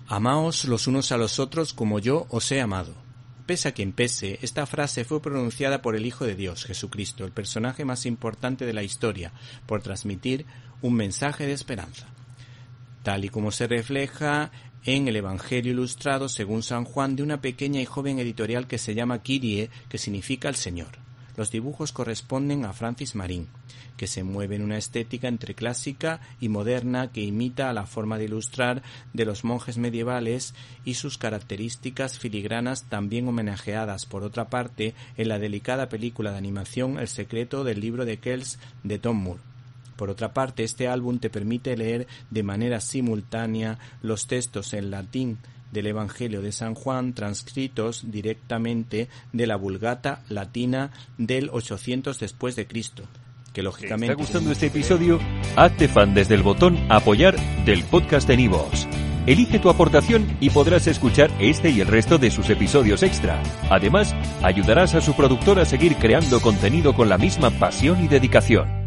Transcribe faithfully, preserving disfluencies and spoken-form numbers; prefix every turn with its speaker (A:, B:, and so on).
A: Amaos los unos a los otros como yo os he amado. Pese a quien pese, esta frase fue pronunciada por el Hijo de Dios, Jesucristo, el personaje más importante de la historia, por transmitir un mensaje de esperanza. Tal y como se refleja en el Evangelio ilustrado según San Juan de una pequeña y joven editorial que se llama Kyrie, que significa el Señor. Los dibujos corresponden a Francis Marín, que se mueve en una estética entre clásica y moderna que imita a la forma de ilustrar de los monjes medievales y sus características filigranas también homenajeadas, por otra parte, en la delicada película de animación El secreto del libro de Kells de Tom Moore. Por otra parte, este álbum te permite leer de manera simultánea los textos en latín del Evangelio de San Juan transcritos directamente de la Vulgata latina del ochocientos después de Cristo, que lógicamente...
B: ¿Te está gustando este episodio? Hazte fan desde el botón Apoyar del podcast de iVoox. Elige tu aportación y podrás escuchar este y el resto de sus episodios extra. Además, ayudarás a su productor a seguir creando contenido con la misma pasión y dedicación.